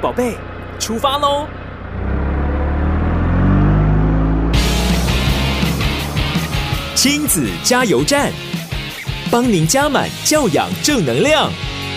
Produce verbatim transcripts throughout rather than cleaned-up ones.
宝贝，出发喽！亲子加油站，帮您加满教养正能量。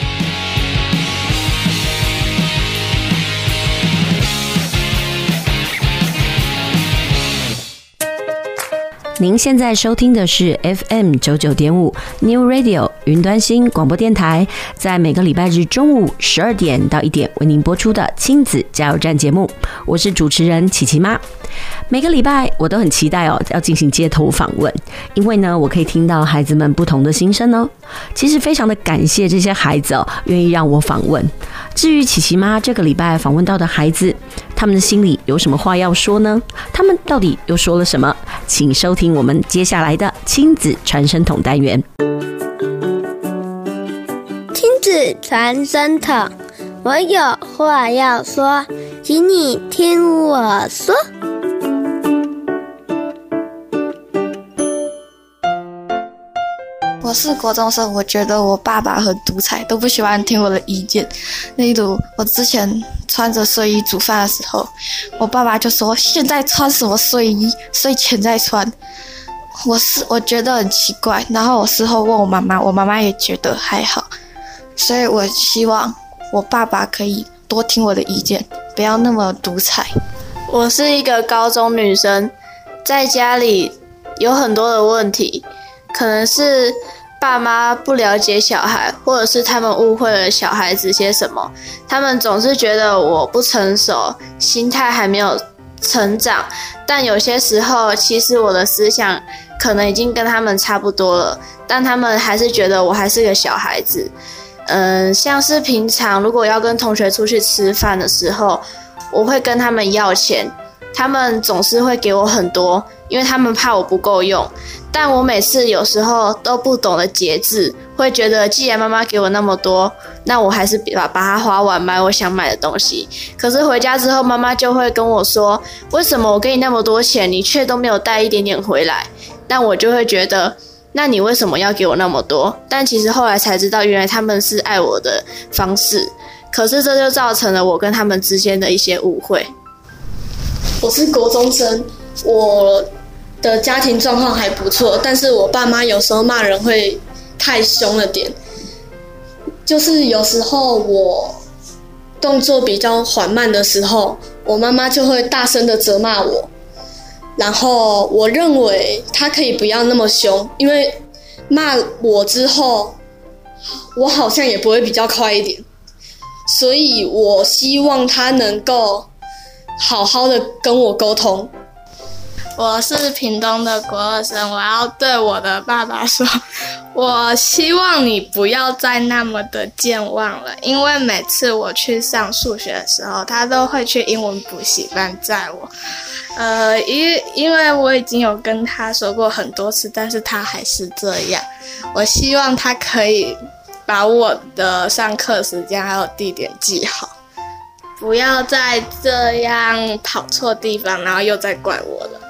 您现在收听的是 F M 九十九点五 New Radio 云端新广播电台，在每个礼拜日中午十二点到一点为您播出的亲子加油站节目，我是主持人琪琪妈。每个礼拜我都很期待哦，要进行街头访问，因为呢，我可以听到孩子们不同的心声哦。其实非常的感谢这些孩子哦，愿意让我访问。至于琪琪妈这个礼拜访问到的孩子，他们的心里有什么话要说呢？他们到底又说了什么？请收听我们接下来的亲子传声筒单元。 亲子传声筒，我有话要说，请你听我说。 我是国中生，我觉得我爸爸很独裁，都不喜欢听我的意见。例如，我之前穿着睡衣煮饭的时候，我爸爸就说：“现在穿什么睡衣？睡前再穿。”我是我觉得很奇怪，然后我事后问我妈妈，我妈妈也觉得还好。所以我希望我爸爸可以多听我的意见，不要那么独裁。 我是一个高中女生，在家里有很多的问题，可能是爸妈不了解小孩，或者是他们误会了小孩子些什么，他们总是觉得我不成熟，心态还没有成长，但有些时候其实我的思想可能已经跟他们差不多了，但他们还是觉得我还是个小孩子。嗯，像是平常如果要跟同学出去吃饭的时候，我会跟他们要钱，他们总是会给我很多，因为他们怕我不够用。但我每次有时候都不懂得节制，会觉得既然妈妈给我那么多，那我还是把把它花完，买我想买的东西。可是回家之后，妈妈就会跟我说，为什么我给你那么多钱，你却都没有带一点点回来？但我就会觉得，那你为什么要给我那么多？但其实后来才知道，原来他们是爱我的方式。可是这就造成了我跟他们之间的一些误会。 我是国中生，我的家庭状况还不错，但是我爸妈有时候骂人会太凶了点，就是有时候我动作比较缓慢的时候，我妈妈就会大声的责骂我，然后我认为她可以不要那么凶，因为骂我之后我好像也不会比较快一点，所以我希望她能够好好的跟我沟通。 我是屏东的国二生，我要对我的爸爸说，我希望你不要再那么的健忘了，因为每次我去上数学的时候，他都会去英文补习班载我。呃，因因为我已经有跟他说过很多次，但是他还是这样。我希望他可以把我的上课时间还有地点记好，不要再这样跑错地方，然后又再怪我了。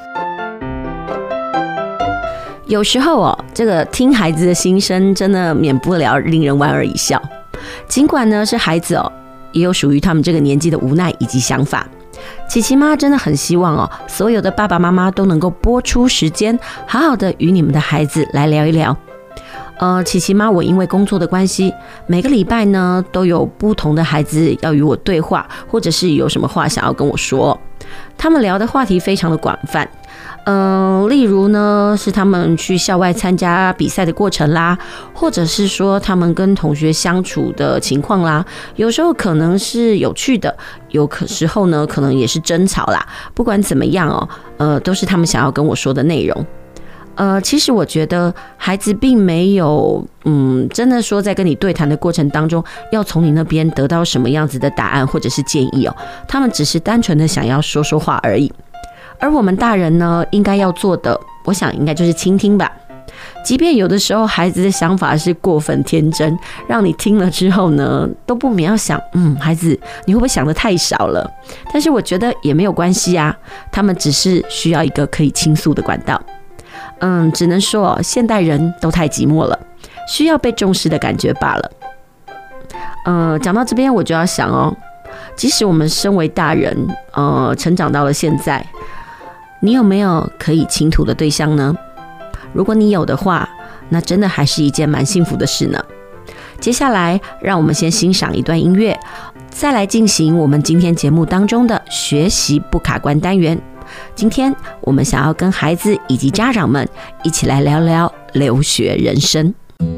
有时候哦，这个听孩子的心声，真的免不了令人莞尔一笑。尽管呢是孩子哦，也有属于他们这个年纪的无奈以及想法。琪琪妈真的很希望哦，所有的爸爸妈妈都能够拨出时间，好好的与你们的孩子来聊一聊。呃，琪琪妈，我因为工作的关系，每个礼拜呢都有不同的孩子要与我对话，或者是有什么话想要跟我说。他们聊的话题非常的广泛。嗯、呃，例如呢，是他们去校外参加比赛的过程啦，或者是说他们跟同学相处的情况啦，有时候可能是有趣的，有时候呢可能也是争吵啦。不管怎么样哦，呃，都是他们想要跟我说的内容。呃，其实我觉得孩子并没有，嗯，真的说在跟你对谈的过程当中，要从你那边得到什么样子的答案或者是建议哦，他们只是单纯的想要说说话而已。而我们大人呢，应该要做的，我想应该就是倾听吧。即便有的时候孩子的想法是过分天真，让你听了之后呢，都不免要想，嗯，孩子你会不会想得太少了？但是我觉得也没有关系啊，他们只是需要一个可以倾诉的管道。嗯，只能说现代人都太寂寞了，需要被重视的感觉罢了。呃，讲到这边我就要想哦， 即使我们身为大人，呃，成长到了现在，你有没有可以倾吐的对象呢？如果你有的话，那真的还是一件蛮幸福的事呢。接下来，让我们先欣赏一段音乐，再来进行我们今天节目当中的学习不卡关单元。今天我们想要跟孩子以及家长们一起来聊聊留学人生。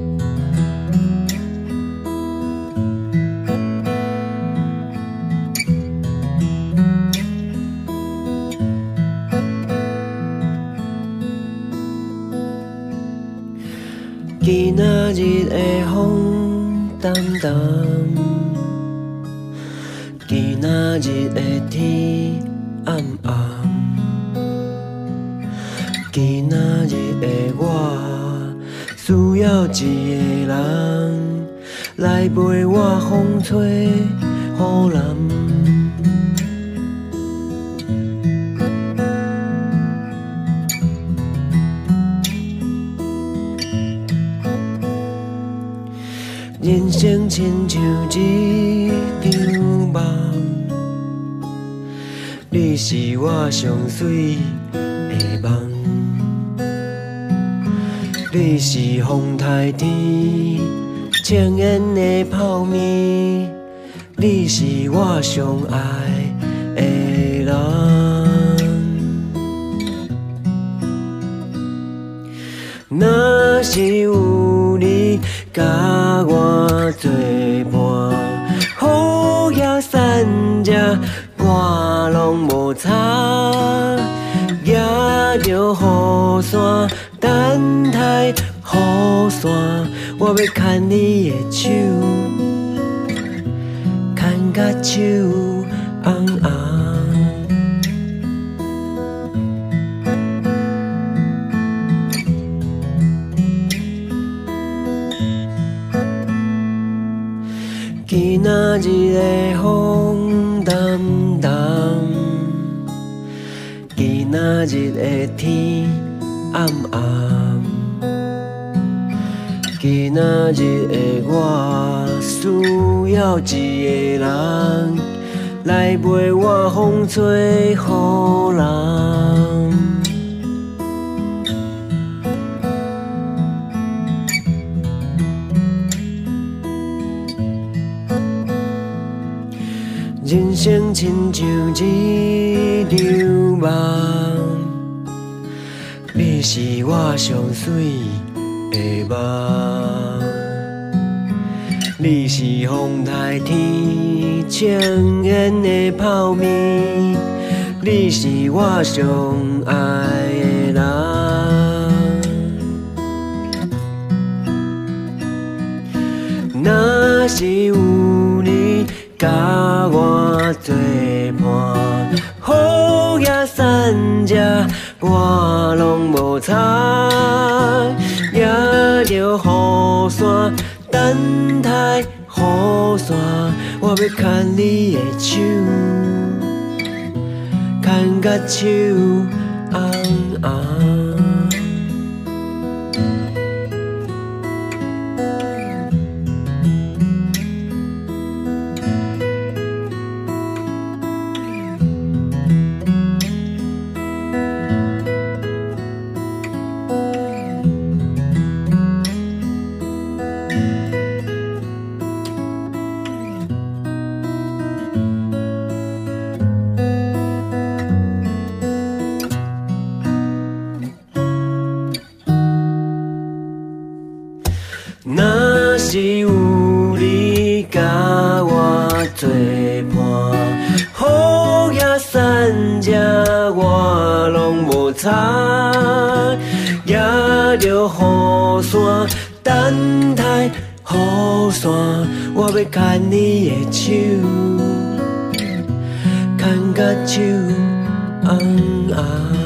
今仔日的风淡淡，今仔日的天暗暗，今仔日的我需要一个人来陪我风吹雨淋。人生亲像一场梦，你是我上水的梦，你是风台天青烟的泡面，你是我上爱的人。若是有你甲我作伴，雨也散遮，我拢无差，举着雨伞等待雨伞，我要牵你的手，牵甲手红红。今仔日的风淡淡，今仔日的天暗暗，今仔日的我需要一个人来陪我风吹雨淋。人生亲像一场梦，你是我上水的梦，你是风台天青烟的泡面，你是我上爱的人。若是有你甲我作伴，雨也散遮，我拢无差，举着雨伞等待雨伞，我要牵你的手，牵甲手红红。若是有你甲我作伴，雨也散遮，我拢无差，举着雨伞等待雨伞，我要牵你的手，牵甲手红红。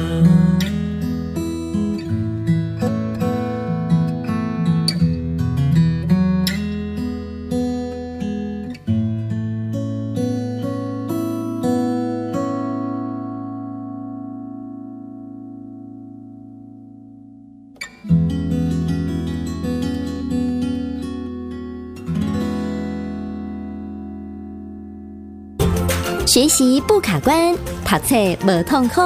学习不卡关，读册不痛苦。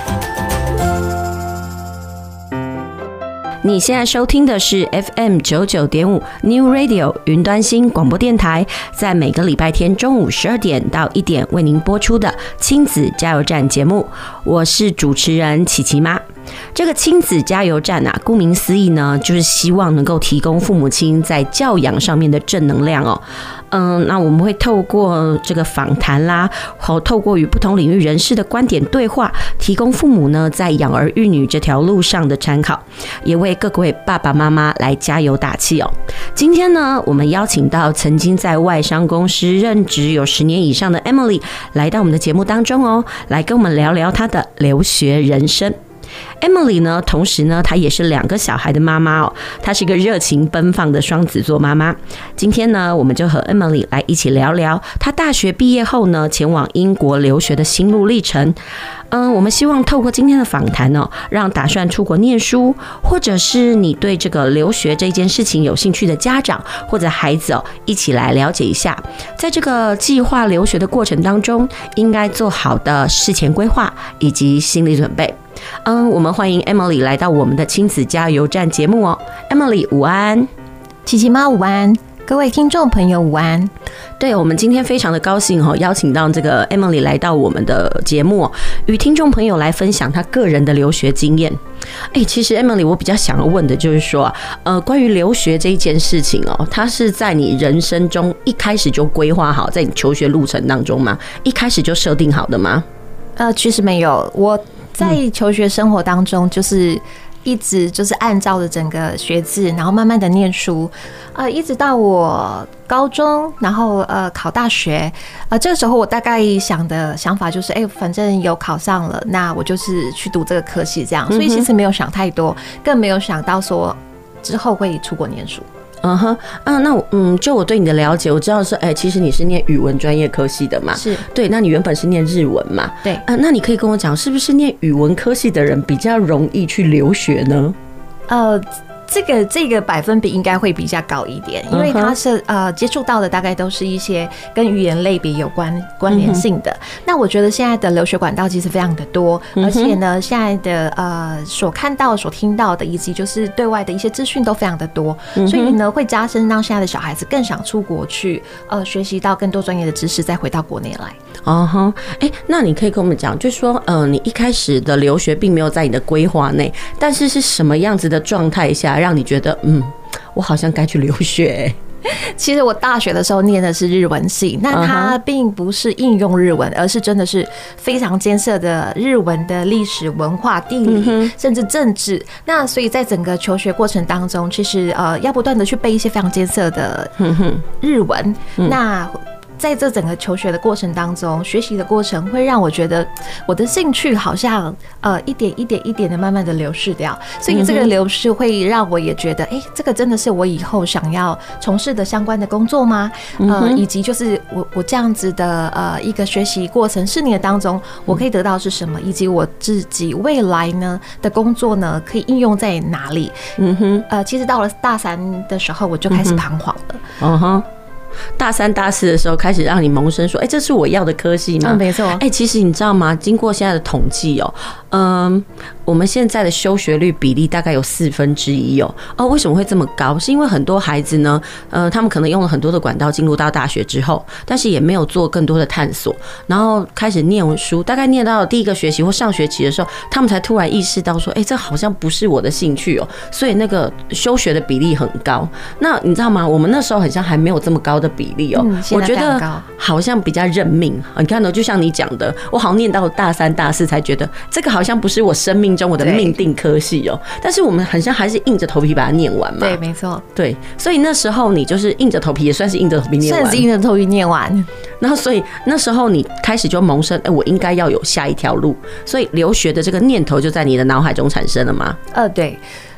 你现在收听的是 F M 九九点五 New Radio 云端新广播电台，在每个礼拜天中午十二点到一点为您播出的亲子加油站节目，我是主持人琪琪妈。这个亲子加油站啊，顾名思义呢，就是希望能够提供父母亲在教养上面的正能量哦。嗯，那我们会透过这个访谈啦，和透过与不同领域人士的观点对话，提供父母呢在养儿育女这条路上的参考，也为各位爸爸妈妈来加油打气哦。今天呢，我们邀请到曾经在外商公司任职有十年以上的 Emily 来到我们的节目当中哦，来跟我们聊聊她的留学人生。Emily 呢，同时呢，她也是两个小孩的妈妈哦，她是一个热情奔放的双子座妈妈。今天呢，我们就和 Emily 来一起聊聊她大学毕业后呢，前往英国留学的心路历程。嗯，我们希望透过今天的访谈哦，让打算出国念书，或者是你对这个留学这件事情有兴趣的家长或者孩子哦，一起来了解一下，在这个计划留学的过程当中，应该做好的事前规划以及心理准备。嗯，我们欢迎 Emily 来到我们的亲子加油站节目哦。Emily 午安， 琪琪妈午安，各位听众朋友午安。 对，我们今天非常的高兴哦，邀请到这个 Emily 来到我们的节目哦，与听众朋友来分享她个人的留学经验。哎，其实 Emily 我比较想要问的就是说，呃，关于留学这一件事情哦，它是在你人生中一开始就规划好，在你求学路程当中吗？一开始就设定好的吗？ 呃，其实没有，我在求学生活当中就是一直就是按照着整个学制，然后慢慢的念书，呃，一直到我高中，然后呃考大学，呃，这个时候我大概想的想法就是，哎、欸，反正有考上了，那我就是去读这个科系这样，所以其实没有想太多，更没有想到说之后会出国念书。 嗯哼，啊，那我嗯，就我对你的了解，我知道是，哎、欸，其实你是念语文专业科系的嘛， 是对，那你原本是念日文嘛， 对， 啊，那你可以跟我讲，是不是念语文科系的人比较容易去留学呢？ 呃。这个这个百分比应该会比较高一点，因为它是呃接触到的大概都是一些跟语言类别有关关联性的。那我觉得现在的留学管道其实非常的多，而且呢，现在的呃所看到、所听到的，以及就是对外的一些资讯都非常的多，所以呢会加深让现在的小孩子更想出国去呃学习到更多专业的知识，再回到国内来。 哦哈，哎，那你可以跟我们讲，就是说，呃，你一开始的留学并没有在你的规划内，但是是什么样子的状态下，让你觉得，嗯，我好像该去留学、欸？ 其实我大学的时候念的是日文系，那它并不是应用日文，而是真的是非常艰涩的日文的历史文化、地理，甚至政治。那所以在整个求学过程当中，其实呃要不断的去背一些非常艰涩的日文，那。在这整个求学的过程当中，学习的过程会让我觉得我的兴趣好像呃一点一点一点的慢慢的流逝掉，所以这个流逝会让我也觉得，哎、欸，这个真的是我以后想要从事的相关的工作吗？呃，以及就是我我这样子的呃一个学习过程四年当中，我可以得到是什么，以及我自己未来呢的工作呢可以应用在哪里？嗯哼，呃，其实到了大三的时候，我就开始彷徨了。嗯哼。 大三、大四的时候开始让你萌生说：“哎、欸，这是我要的科系吗？” 嗯，没错。 哎、欸，其实你知道吗？经过现在的统计哦，嗯，我们现在的休学率比例大概有四分之一哦。哦，为什么会这么高？是因为很多孩子呢，呃，他们可能用了很多的管道进入到大学之后，但是也没有做更多的探索，然后开始念书，大概念到第一个学期或上学期的时候，他们才突然意识到说：“哎、欸，这好像不是我的兴趣哦。”所以那个休学的比例很高。那你知道吗？我们那时候好像还没有这么高的比例哦、喔。嗯、我觉得好像比较认命。你看呢，就像你讲的，我好像念到大三、大四才觉得这个好像不是我生命中我的命定科系哦、喔。但是我们好像还是硬着头皮把它念完嘛。 对，没错。 对，所以那时候你就是硬着头皮，也算是硬着头皮念完， 算是硬着头皮念完。 然后，所以那时候你开始就萌生，哎、欸，我应该要有下一条路，所以留学的这个念头就在你的脑海中产生了吗？ 呃，对。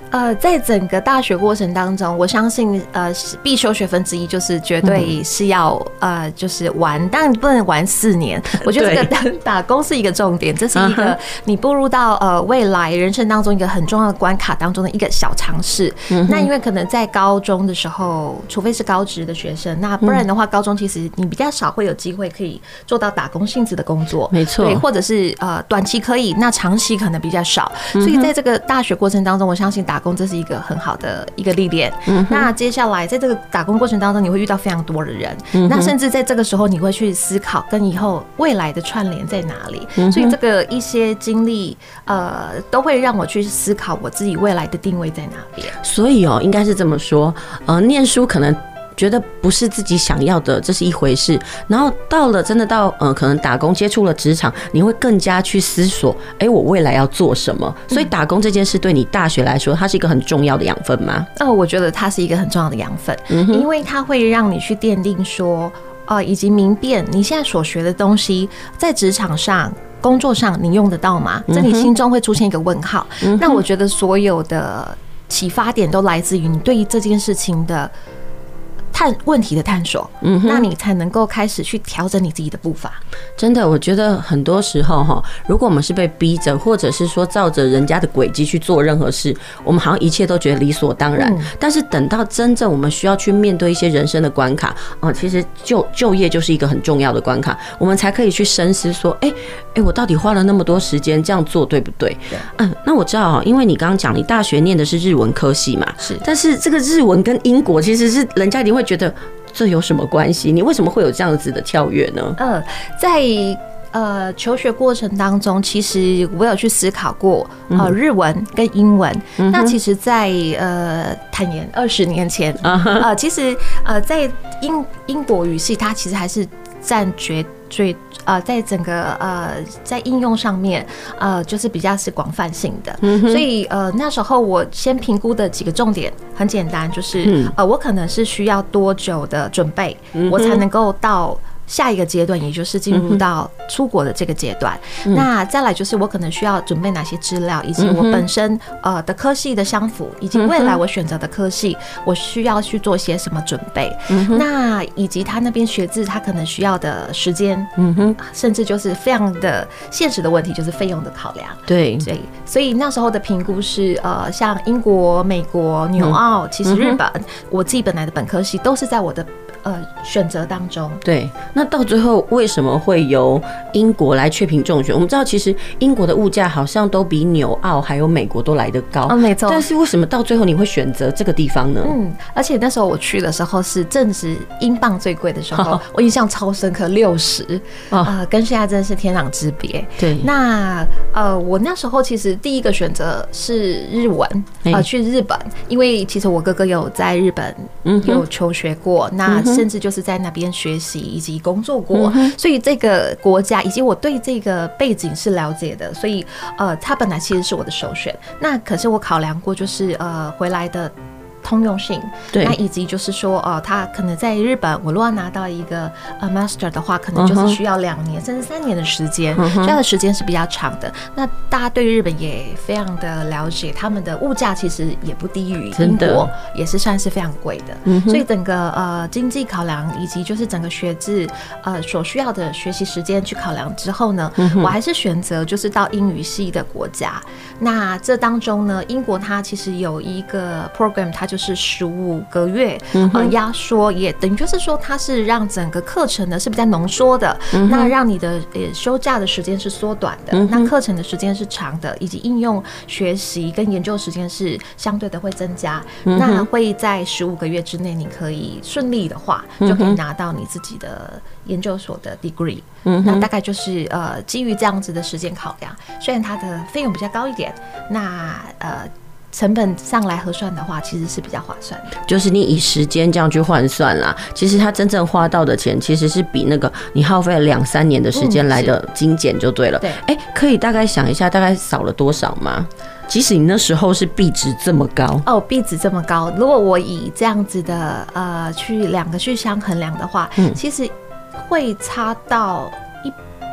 呃，在整个大学过程当中，我相信呃必修学分之一就是绝对是要、嗯、呃就是玩，当然不能玩四年。我觉得这个打工是一个重点，这是一个你步入到呃未来人生当中一个很重要的关卡当中的一个小尝试。嗯、那因为可能在高中的时候，除非是高职的学生，那不然的话，高中其实你比较少会有机会可以做到打工性质的工作， 没错， 对，或者是呃短期可以，那长期可能比较少。所以在这个大学过程当中，我相信打工这是一个很好的一个历练。嗯、那接下来在这个打工过程当中，你会遇到非常多的人，嗯、那甚至在这个时候你会去思考跟以后未来的串联在哪里。嗯、所以这个一些经历，呃，都会让我去思考我自己未来的定位在哪边。 所以哦，应该是这么说，呃，念书可能觉得不是自己想要的，这是一回事。然后到了真的到呃，可能打工接触了职场，你会更加去思索，哎、欸，我未来要做什么？所以打工这件事对你大学来说，它是一个很重要的养分吗？ 哦，我觉得它是一个很重要的养分，嗯、因为它会让你去奠定说，呃，以及明辨你现在所学的东西在职场上。工作上你用得到吗？在你心中会出现一个问号。嗯、那我觉得所有的启发点都来自于你对于这件事情的探问题的探索，嗯，那你才能够开始去调整你自己的步伐。 真的，我觉得很多时候哈，如果我们是被逼着，或者是说照着人家的轨迹去做任何事，我们好像一切都觉得理所当然。嗯、但是等到真正我们需要去面对一些人生的关卡，啊，其实就就业就是一个很重要的关卡，我们才可以去深思说，哎、欸、哎、欸，我到底花了那么多时间这样做对不对？嗯，那我知道啊，因为你刚刚讲你大学念的是日文科系嘛，是，但是这个日文跟英国其实是人家一定会觉得这有什么关系？你为什么会有这样子的跳跃呢？ 呃，在呃求学过程当中，其实我有去思考过，呃，日文跟英文。嗯、那其实在，在呃坦言二十年前，呃，其实呃在英英国语系，它其实还是占绝最呃，在整个呃在应用上面，呃，就是比较是广泛性的。嗯、所以呃那时候我先评估的几个重点很简单，就是、嗯、呃我可能是需要多久的准备，嗯、我才能够到下一个阶段，也就是进入到出国的这个阶段。嗯、那再来就是我可能需要准备哪些资料，以及我本身呃的科系的相符，以及未来我选择的科系，我需要去做些什么准备。嗯、那以及他那边学制，他可能需要的时间，嗯哼，甚至就是非常的现实的问题，就是费用的考量。 对， 所以所以那时候的评估是呃，像英国、美国、纽澳，其实日本，嗯、我自己本来的本科系都是在我的呃选择当中。 对。那到最后为什么会由英国来确评中选？我们知道其实英国的物价好像都比纽澳还有美国都来得高， 哦，没错。 但是为什么到最后你会选择这个地方呢？ 嗯，而且那时候我去的时候是正值英镑最贵的时候，哦、我印象超深刻，六十，呃，跟现在真的是天壤之别。 对， 那呃，我那时候其实第一个选择是日文，呃，去日本，因为其实我哥哥有在日本有求学过，嗯、那甚至就是在那边学习以及工作过，嗯、所以这个国家以及我对这个背景是了解的，所以呃，它本来其实是我的首选。那可是我考量过，就是呃，回来的通用性，对，那以及就是说，呃，他可能在日本，我如果要拿到一个呃 master 的话，可能就是需要两年、uh-huh. 甚至三年的时间， uh-huh. 所以它的时间是比较长的。那大家对于日本也非常的了解，他们的物价其实也不低于英国，也是算是非常贵的。Uh-huh. 所以整个呃经济考量以及就是整个学制呃所需要的学习时间去考量之后呢， uh-huh. 我还是选择就是到英语系的国家。那这当中呢，英国它其实有一个 program， 它就是十五个月，呃，压缩，也等于就是说，它是让整个课程呢是比较浓缩的，嗯、那让你的呃休假的时间是缩短的，嗯、那课程的时间是长的，以及应用学习跟研究时间是相对的会增加。嗯、那会在十五个月之内，你可以顺利的话，就可以拿到你自己的研究所的 degree。嗯、那大概就是呃基于这样子的时间考量，虽然它的费用比较高一点，那呃。成本上来核算的话，其实是比较划算的。 就是你以时间这样去换算啦，其实它真正花到的钱，其实是比那个你耗费了两三年的时间来的精简就对了。对、嗯，哎、欸，可以大概想一下，大概少了多少吗？即使你那时候是币值这么高哦，币值这么高，如果我以这样子的呃去两个去相衡量的话，嗯、其实会差到一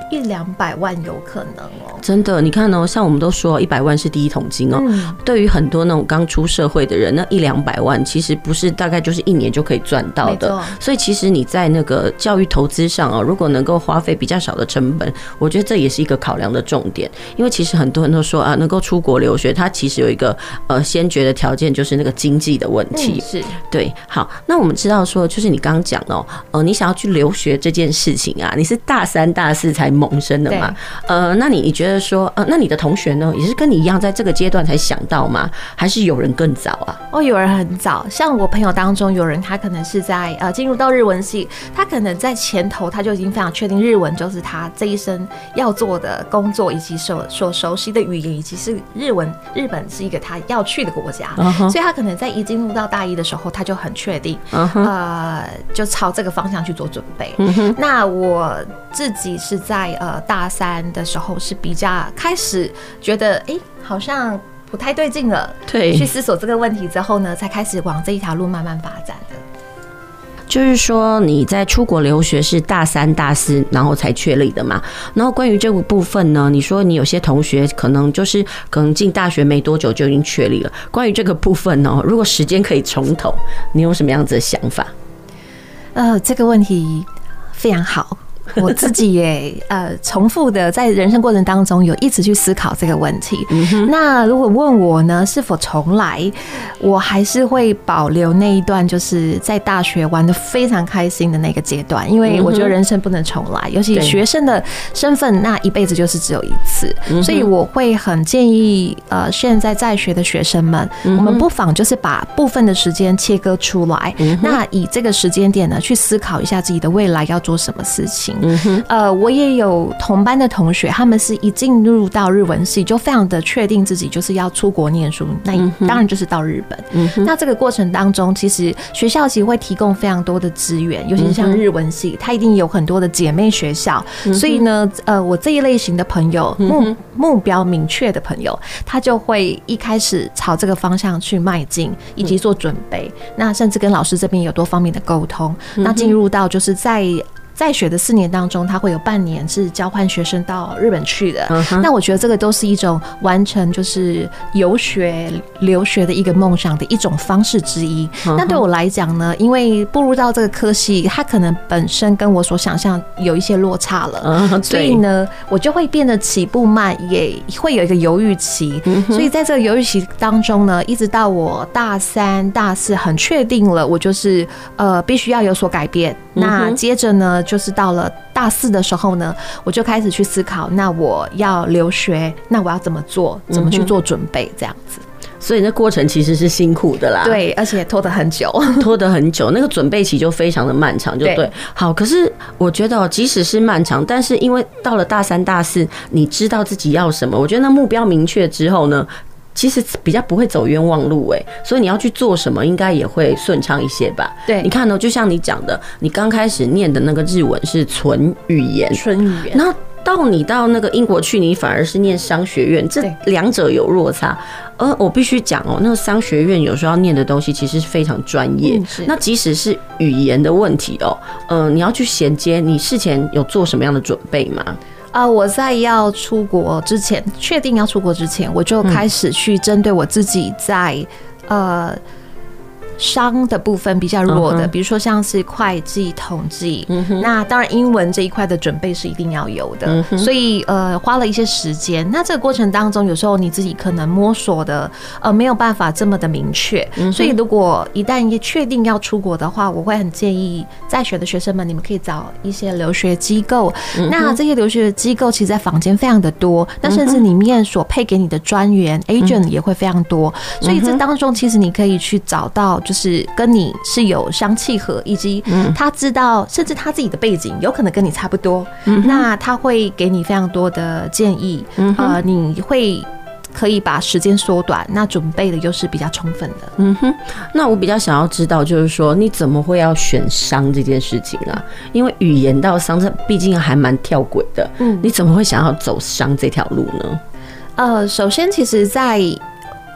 一两百万有可能哦。 真的，你看哦，像我们都说一百万是第一桶金哦。嗯、对于很多那种刚出社会的人，那一两百万其实不是大概就是一年就可以赚到的。所以其实你在那个教育投资上哦，如果能够花费比较少的成本，我觉得这也是一个考量的重点。因为其实很多人都说啊，能够出国留学，它其实有一个呃先决的条件就是那个经济的问题。 嗯、是对。好，那我们知道说，就是你刚刚讲哦，呃，你想要去留学这件事情啊，你是大三大四才萌生的嘛？呃，那你你觉得说，呃，那你的同学呢，也是跟你一样在这个阶段才想到吗？还是有人更早啊？ 哦，有人很早，像我朋友当中，有人他可能是在呃进入到日文系，他可能在前头他就已经非常确定日文就是他这一生要做的工作，以及所所熟悉的语言，以及是日文，日本是一个他要去的国家， uh-huh. 所以他可能在一进入到大一的时候，他就很确定， uh-huh. 呃，就朝这个方向去做准备。Uh-huh. 那我自己是在呃大三的时候是比较开始觉得，哎、欸，好像不太对劲了。 对， 去思索这个问题之后呢，才开始往这一条路慢慢发展的。 就是说你在出国留学是大三大四然后才确立的嘛，然后关于这个部分呢，你说你有些同学可能就是可能进大学没多久就已经确立了，关于这个部分呢，如果时间可以重头，你有什么样子的想法？ 呃，这个问题非常好。我自己也呃重复的在人生过程当中有一直去思考这个问题。嗯、那如果问我呢，是否重来，我还是会保留那一段就是在大学玩得非常开心的那个阶段，因为我觉得人生不能重来，尤其学生的身份，那一辈子就是只有一次，嗯、所以我会很建议呃现在在学的学生们，嗯、我们不妨就是把部分的时间切割出来，嗯、那以这个时间点呢去思考一下自己的未来要做什么事情。嗯、呃，我也有同班的同学，他们是一进入到日文系就非常的确定自己就是要出国念书，那当然就是到日本。嗯、那这个过程当中，其实学校其实会提供非常多的资源，尤其是像日文系，它一定有很多的姐妹学校。嗯、所以呢，呃，我这一类型的朋友，目目标明确的朋友，他就会一开始朝这个方向去迈进，以及做准备。嗯、那甚至跟老师这边有多方面的沟通。嗯、那进入到就是在在学的四年当中，他会有半年是交换学生到日本去的。Uh-huh. 那我觉得这个都是一种完成就是游学留学的一个梦想的一种方式之一。Uh-huh. 那对我来讲呢，因为步入到这个科系，它可能本身跟我所想象有一些落差了， uh-huh. 所以呢，我就会变得起步慢，也会有一个犹豫期。Uh-huh. 所以在这个犹豫期当中呢，一直到我大三、大四很确定了，我就是呃必须要有所改变。Uh-huh. 那接着呢，就是到了大四的时候呢，我就开始去思考，那我要留学，那我要怎么做，怎么去做准备，这样子。 所以那过程其实是辛苦的啦， 对，而且拖得很久， 拖得很久，那个准备期就非常的漫长，就 对, 对。好，可是我觉得即使是漫长，但是因为到了大三、大四，你知道自己要什么，我觉得那目标明确之后呢，其实比较不会走冤枉路哎，所以你要去做什么，应该也会顺畅一些吧？ 对， 你看呢，就像你讲的，你刚开始念的那个日文是纯语言， 纯语言， 然后到你到那个英国去，你反而是念商学院，这两者有落差。而我必须讲哦，那个商学院有时候要念的东西其实是非常专业，嗯、那即使是语言的问题哦，呃，你要去衔接，你事前有做什么样的准备吗？ 啊、呃，我在要出国之前，确定要出国之前，我就开始去针对我自己在、嗯、呃商的部分比较弱的， uh-huh. 比如说像是会计、统计， uh-huh. 那当然英文这一块的准备是一定要有的， uh-huh. 所以呃花了一些时间。那这个过程当中，有时候你自己可能摸索的呃没有办法这么的明确， uh-huh. 所以如果一旦也确定要出国的话，我会很建议在学的学生们，你们可以找一些留学机构。Uh-huh. 那这些留学机构其实在坊间非常的多，那甚至里面所配给你的专员、uh-huh. agent 也会非常多， uh-huh. 所以这当中其实你可以去找到。就是跟你是有相契合，以及他知道，甚至他自己的背景有可能跟你差不多，嗯、那他会给你非常多的建议，嗯、呃，你会可以把时间缩短，那准备的又是比较充分的。 嗯哼，那我比较想要知道，就是说你怎么会要选商这件事情啊？因为语言到商，这毕竟还蛮跳轨的，嗯，你怎么会想要走商这条路呢？ 呃，首先，其实在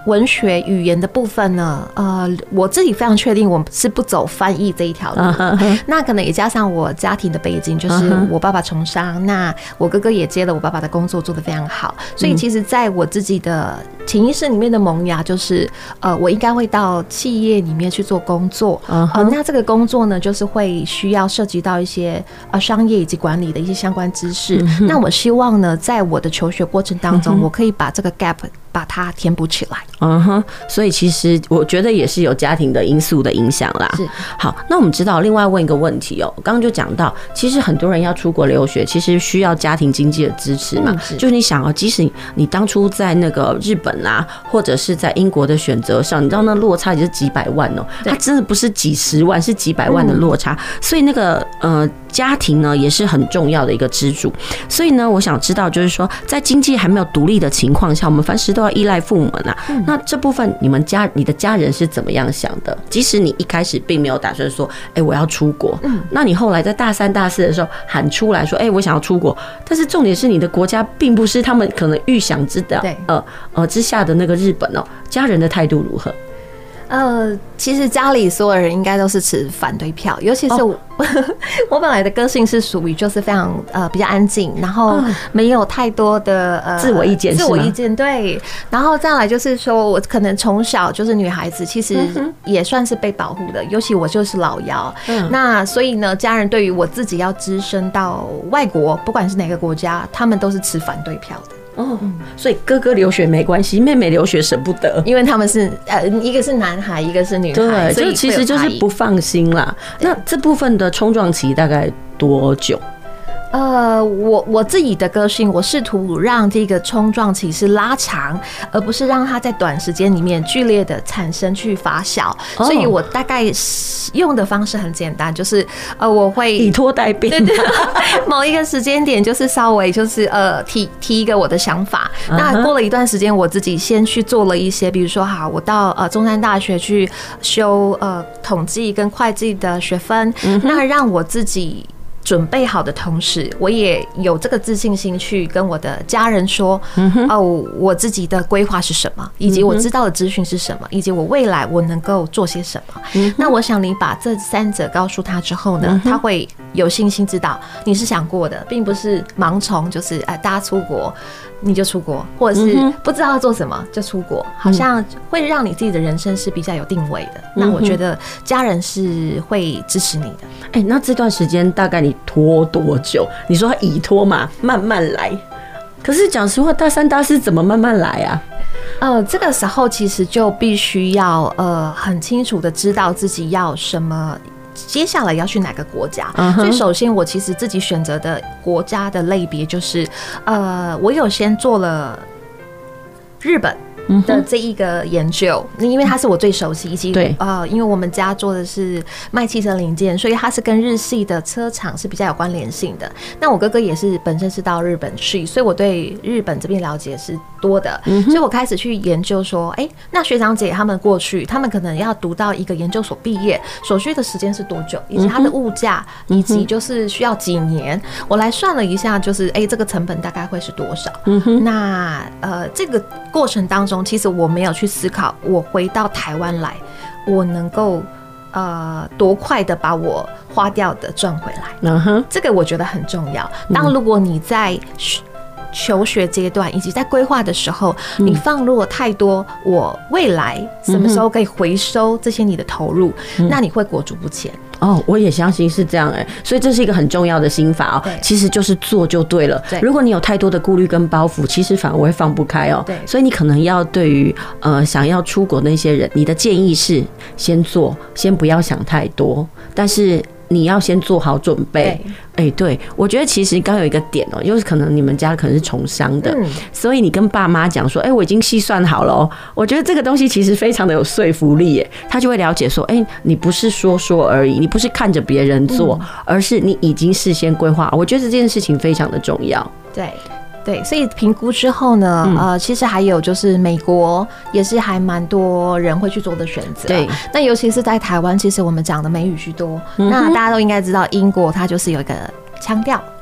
文学语言的部分呢，呃，我自己非常确定我是不走翻译这一条路。Uh-huh. 那可能也加上我家庭的背景，就是我爸爸从商， uh-huh. 那我哥哥也接了我爸爸的工作，做得非常好。所以其实在我自己的潜意识里面的萌芽，就是呃，我应该会到企业里面去做工作。Uh-huh. 呃，那这个工作呢，就是会需要涉及到一些呃商业以及管理的一些相关知识。Uh-huh. 那我希望呢，在我的求学过程当中， uh-huh. 我可以把这个 gap 把它填补起来。 嗯哼，所以其实我觉得也是有家庭的因素的影响啦。 是。 好，那我们知道，另外问一个问题哦、喔，刚刚就讲到，其实很多人要出国留学，其实需要家庭经济的支持嘛。嗯、就是你想哦，即使你当初在那个日本啦，或者是在英国的选择上，你知道那落差也是几百万哦、喔，它真的不是几十万，是几百万的落差。嗯、所以那个呃。家庭呢也是很重要的一个支柱，所以呢，我想知道就是说，在经济还没有独立的情况下，我们凡事都要依赖父母啊。嗯、那这部分你们家、你的家人是怎么样想的？即使你一开始并没有打算说，哎、欸，我要出国，嗯，那你后来在大三、大四的时候喊出来说，哎、欸，我想要出国，但是重点是你的国家并不是他们可能预想之的，呃呃之下的那个日本哦、喔，家人的态度如何？ 呃，其实家里所有人应该都是持反对票，尤其是我，哦、我本来的个性是属于就是非常呃比较安静，然后没有太多的呃自我意见， 自我意见对，然后再来就是说我可能从小就是女孩子，其实也算是被保护的，尤其我就是老幺，嗯、那所以呢，家人对于我自己要只身到外国，不管是哪个国家，他们都是持反对票的。 哦，所以哥哥留学没关系，妹妹留学舍不得， 因为他们是呃，一个是男孩，一个是女孩， 对，就其实就是不放心啦。那这部分的冲撞期大概多久？ 呃，我我自己的个性，我试图让这个冲撞期是拉长，而不是让它在短时间里面剧烈的产生去发酵。哦、所以我大概用的方式很简单，就是呃，我会以拖代变， 对对，某一个时间点就是稍微就是呃提提一个我的想法。Uh-huh. 那过了一段时间，我自己先去做了一些，比如说好，我到呃中山大学去修呃统计跟会计的学分，嗯、那让我自己准备好的同时，我也有这个自信心去跟我的家人说，嗯、哦，我自己的规划是什么，以及我知道的资讯是什么，以及我未来我能够做些什么。嗯、那我想你把这三者告诉他之后呢，嗯、他会有信心知道你是想过的，并不是盲从，就是哎，大家出国你就出国，或者是不知道要做什么就出国，好像会让你自己的人生是比较有定位的。嗯、那我觉得家人是会支持你的。 哎、欸，那这段时间大概你拖多久？你说以拖嘛，慢慢来。可是讲实话，大三、大四怎么慢慢来啊？ 呃，这个时候其实就必须要呃很清楚的知道自己要什么。接下来要去哪个国家？ Uh-huh. 所以首先我其实自己选择的国家的类别就是，呃，我有先做了日本的这一个研究，因为它是我最熟悉，以及对呃，因为我们家做的是卖汽车零件，所以它是跟日系的车厂是比较有关联性的。那我哥哥也是本身是到日本去，所以我对日本这边了解是多的，嗯、所以我开始去研究说，哎、欸，那学长姐他们过去，他们可能要读到一个研究所毕业，所需的时间是多久，以及它的物价，嗯、以及就是需要几年。我来算了一下，就是哎、欸，这个成本大概会是多少？嗯、那呃，这个过程当中，其实我没有去思考，我回到台湾来，我能够呃多快的把我花掉的赚回来。嗯哼，这个我觉得很重要。当如果你在求学阶段以及在规划的时候，你放入了太多我未来什么时候可以回收这些你的投入，嗯、那你会裹足不前。 哦，我也相信是这样哎、欸，所以这是一个很重要的心法哦。其实就是做就对了。对，如果你有太多的顾虑跟包袱，其实反而会放不开哦。对，所以你可能要对于呃想要出国的那些人，你的建议是先做，先不要想太多，但是你要先做好准备。哎、欸，对，我觉得其实刚有一个点哦、喔，就是可能你们家可能是从商的，嗯、所以你跟爸妈讲说，哎、欸，我已经细算好了哦、喔。我觉得这个东西其实非常的有说服力耶，他就会了解说，哎、欸，你不是说说而已，你不是看着别人做，嗯、而是你已经事先规划。我觉得这件事情非常的重要。 对。对，所以评估之后呢，嗯、呃，其实还有就是美国也是还蛮多人会去做的选择。对，那尤其是在台湾，其实我们讲的美语居多。嗯、那大家都应该知道，英国它就是有一个腔调，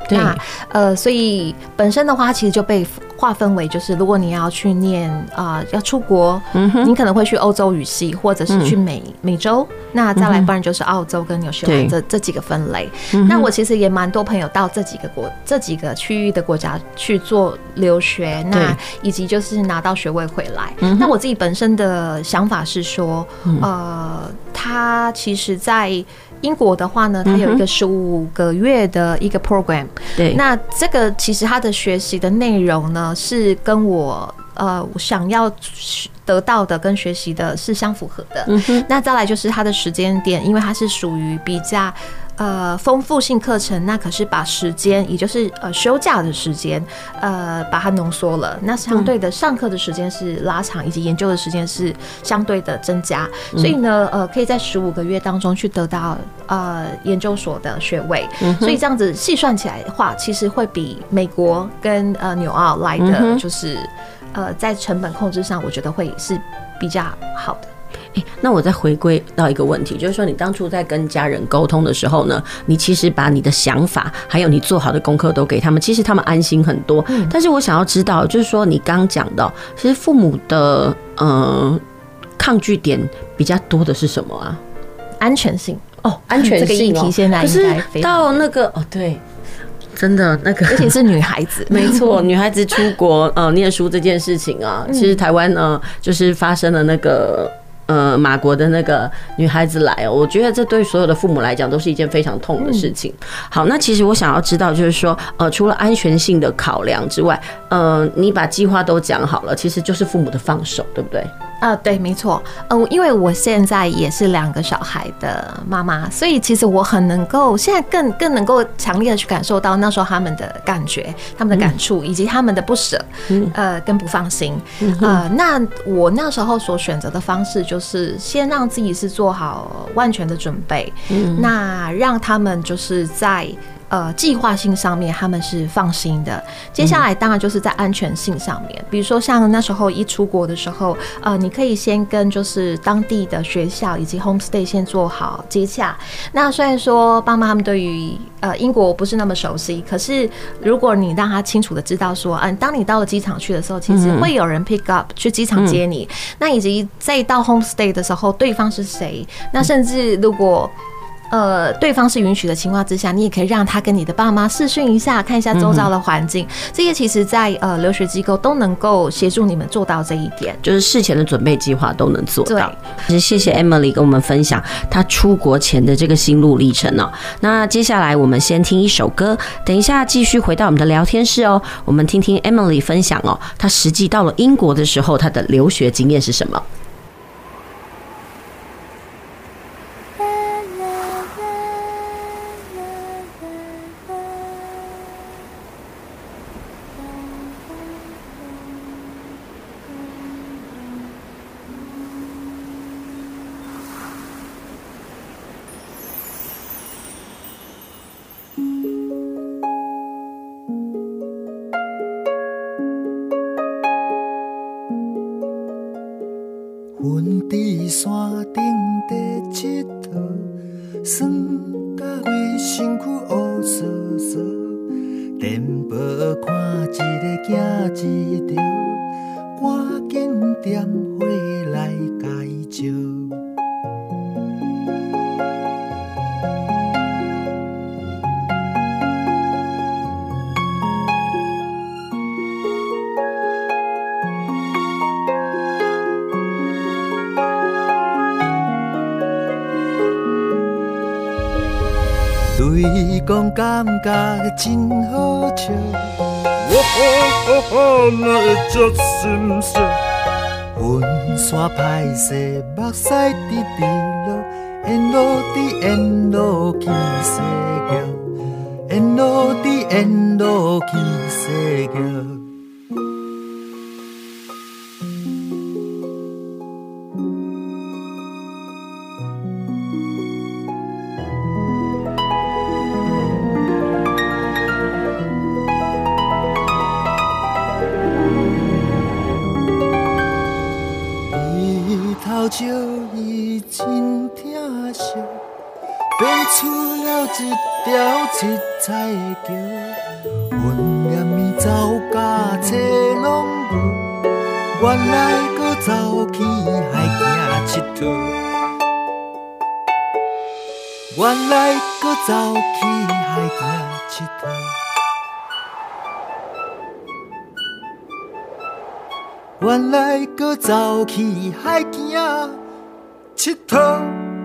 对，那呃，所以本身的话，其实就被划分为，就是如果你要去念啊、呃，要出国，嗯哼，你可能会去欧洲语系，或者是去美、嗯、美洲，那再来不然就是澳洲跟纽西兰这这几个分类。嗯、那我其实也蛮多朋友到这几个国、这几个区域的国家去做留学，那以及就是拿到学位回来。嗯、那我自己本身的想法是说，嗯、呃，他其实在英国的话呢，它有一个十五个月的一个 program， 对，那这个其实它的学习的内容呢，是跟我呃想要得到的跟学习的是相符合的。嗯、那再来就是它的时间点，因为它是属于比较呃丰富性课程，那可是把时间，也就是呃休假的时间，呃把它浓缩了。那相对的上课的时间是拉长，以及研究的时间是相对的增加。所以呢，呃可以在十五个月当中去得到呃研究所的学位。嗯、所以这样子细算起来的话，其实会比美国跟呃纽澳来的就是。嗯呃，在成本控制上，我觉得会是比较好的。 欸、那我再回归到一个问题，就是说你当初在跟家人沟通的时候呢，你其实把你的想法还有你做好的功课都给他们，其实他们安心很多。嗯、但是我想要知道，就是说你刚讲到，其实父母的呃抗拒点比较多的是什么啊？ 安全性哦，安全性、哦、这个议题现在应该非常可是到那个哦，对。真的那个， 而且是女孩子， 没错，女孩子出国呃念书这件事情啊，其实台湾呢就是发生了那个呃马国的那个女孩子来哦，我觉得这对所有的父母来讲都是一件非常痛的事情。好，那其实我想要知道就是说，呃，除了安全性的考量之外，呃，你把计划都讲好了，其实就是父母的放手，对不对？ 啊、呃，对，没错，嗯、呃，因为我现在也是两个小孩的妈妈，所以其实我很能够，现在更更能够强烈的去感受到那时候他们的感觉、他们的感触，以及他们的不舍，呃，跟不放心。呃，那我那时候所选择的方式，就是先让自己是做好万全的准备，嗯、那让他们就是在。呃，计划性上面他们是放心的。接下来当然就是在安全性上面，比如说像那时候一出国的时候，呃，你可以先跟就是当地的学校以及 homestay 先做好接洽。那虽然说爸妈他们对于呃英国不是那么熟悉，可是如果你让他清楚的知道说，嗯、呃，当你到了机场去的时候，其实会有人 pick up 去机场接你。嗯、那以及再到 homestay 的时候，对方是谁？那甚至如果呃，对方是允许的情况之下，你也可以让他跟你的爸妈视讯一下，看一下周遭的环境。嗯、这些其实在呃留学机构都能够协助你们做到这一点， 就是事前的准备计划都能做到。谢谢 Emily 跟我们分享她出国前的这个心路历程哦。那接下来我们先听一首歌，等一下继续回到我们的聊天室哦。我们听听 Emily 分享哦，她实际到了英国的时候，她的留学经验是什么？ 阮伫山顶地佚佗，酸甲花身躯乌索索，电报看一个惊一条，赶紧点火来解照。对讲感觉真好笑，我吼吼吼，那会足心酸。云山歹势，目屎滴滴落，沿路伫沿路去西桥，沿路伫沿路去西桥。笑伊真疼惜，变出了一条七彩的桥，阮念伊走甲车拢无，原来搁走去海行佚佗，原来搁走去海行佚佗。原来搁走去海行佚佗。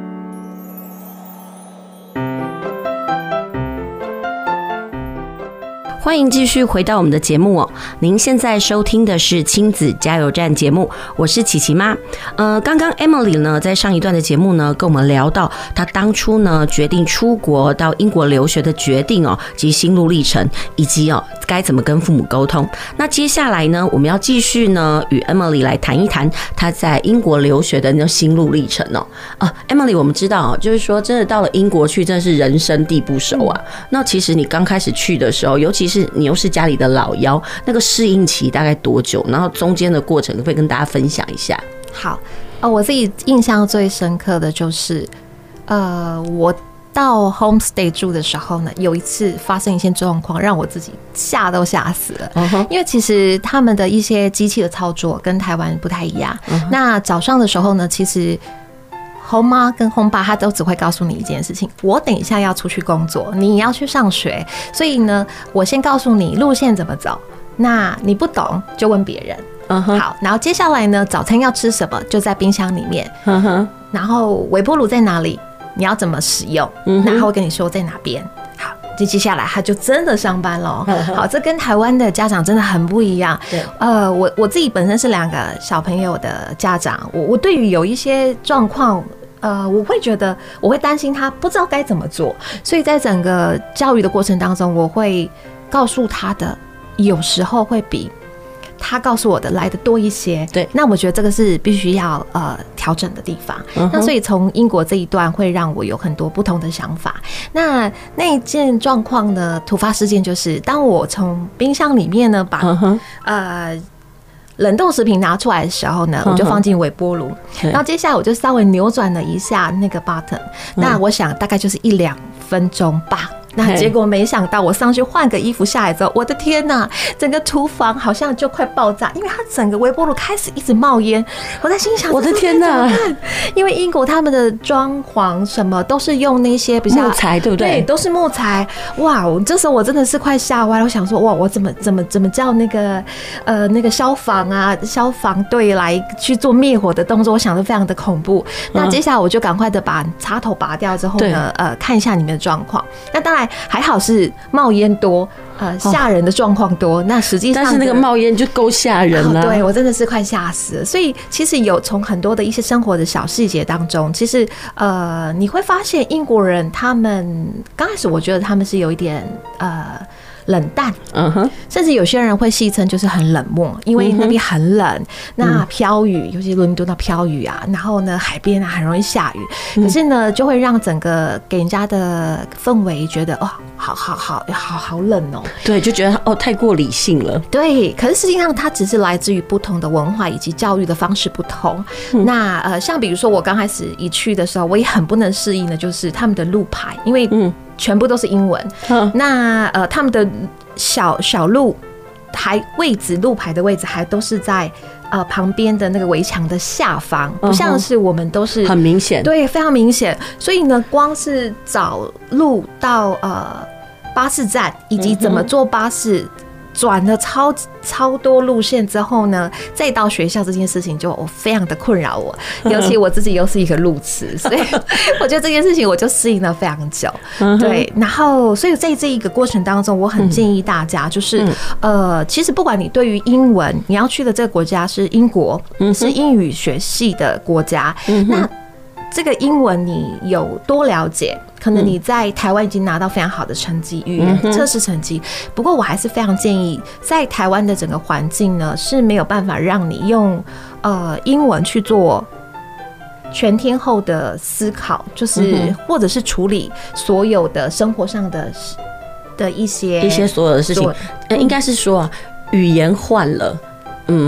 欢迎继续回到我们的节目哦。您现在收听的是亲子加油站节目，我是琪琪妈。呃，刚刚 Emily 呢，在上一段的节目呢，跟我们聊到她当初呢决定出国到英国留学的决定哦，及心路历程，以及哦该怎么跟父母沟通。那接下来呢，我们要继续呢与 Emily 来谈一谈她在英国留学的那心路历程哦。啊 ，Emily， 我们知道哦，就是说真的到了英国去，真的是人生地不熟啊。嗯、那其实你刚开始去的时候，尤其是是你又是家里的老幺，那个适应期大概多久？然后中间的过程可不可以跟大家分享一下？ 好，呃，我自己印象最深刻的就是，呃，我到 homestay 住的时候呢，有一次发生一些状况，让我自己吓都吓死了。Uh-huh. 因为其实他们的一些机器的操作跟台湾不太一样。Uh-huh. 那早上的时候呢，其实后妈跟后爸他都只会告诉你一件事情：我等一下要出去工作，你要去上学，所以呢，我先告诉你路线怎么走。那你不懂就问别人。Uh-huh. 好，然后接下来呢，早餐要吃什么就在冰箱里面。Uh-huh. 然后微波炉在哪里？你要怎么使用？嗯、那他会跟你说在哪边。好，就接下来他就真的上班了。Uh-huh. 好，这跟台湾的家长真的很不一样。呃，我我自己本身是两个小朋友的家长，我我对于有一些状况。呃，我会觉得，我会担心他不知道该怎么做，所以在整个教育的过程当中，我会告诉他的，有时候会比他告诉我的来的多一些。对，那我觉得这个是必须要呃调整的地方。嗯、那所以从英国这一段会让我有很多不同的想法。那那一件状况呢，突发事件就是，当我从冰箱里面呢把、嗯、呃。冷冻食品拿出来的时候呢，我就放进微波炉，然后接下来我就稍微扭转了一下那个 button， 那我想大概就是一两分钟吧。那结果没想到，我上去换个衣服下来之后，我的天哪，整个厨房好像就快爆炸，因为它整个微波炉开始一直冒烟。我在心想，我的天哪！因为英国他们的装潢什么都是用那些比较木材，对不对？ 对，都是木材。哇，我这时候我真的是快吓歪了。我想说，哇，我怎么怎么怎么叫那个呃那个消防啊消防队来去做灭火的动作？我想得非常的恐怖。那接下来我就赶快的把插头拔掉之后呢，呃，看一下里面的状况。那当然。还好是冒烟多，呃，吓人的状况多。那实际上， 但是那个冒烟就够吓人了。 对我真的是快吓死了。所以其实有从很多的一些生活的小细节当中，其实呃，你会发现英国人他们刚开始，我觉得他们是有一点呃。冷淡，嗯哼，甚至有些人会戏称就是很冷漠，因为那边很冷，嗯、那飘雨，尤其伦敦的飘雨啊，然后呢海边啊很容易下雨，嗯、可是呢就会让整个给人家的氛围觉得哦，好好好好好冷哦， 对，就觉得哦太过理性了， 对，可是实际上它只是来自于不同的文化以及教育的方式不同。嗯、那呃，像比如说我刚开始一去的时候，我也很不能适应的就是他们的路牌，因为嗯。全部都是英文，嗯、那呃，他们的小小路还位置路牌的位置还都是在呃旁边的那个围墙的下方，不像是我们都是很明显， 对，非常明显。所以呢，光是找路到呃巴士站以及怎么坐巴士。转了超超多路线之后呢，再到学校这件事情就非常的困扰我，尤其我自己又是一个路痴，所以我觉得这件事情我就适应了非常久。对，然后所以在这一个过程当中，我很建议大家就是，呃，其实不管你对于英文，你要去的这个国家是英国，是英语学系的国家，那这个英文你有多了解？可能你在台湾已经拿到非常好的成绩，语言测试成绩。不过我还是非常建议，在台湾的整个环境呢是没有办法让你用呃英文去做全天候的思考，就是或者是处理所有的生活上的的一些一些所有的事情。呃，应该是说语言换了。嗯，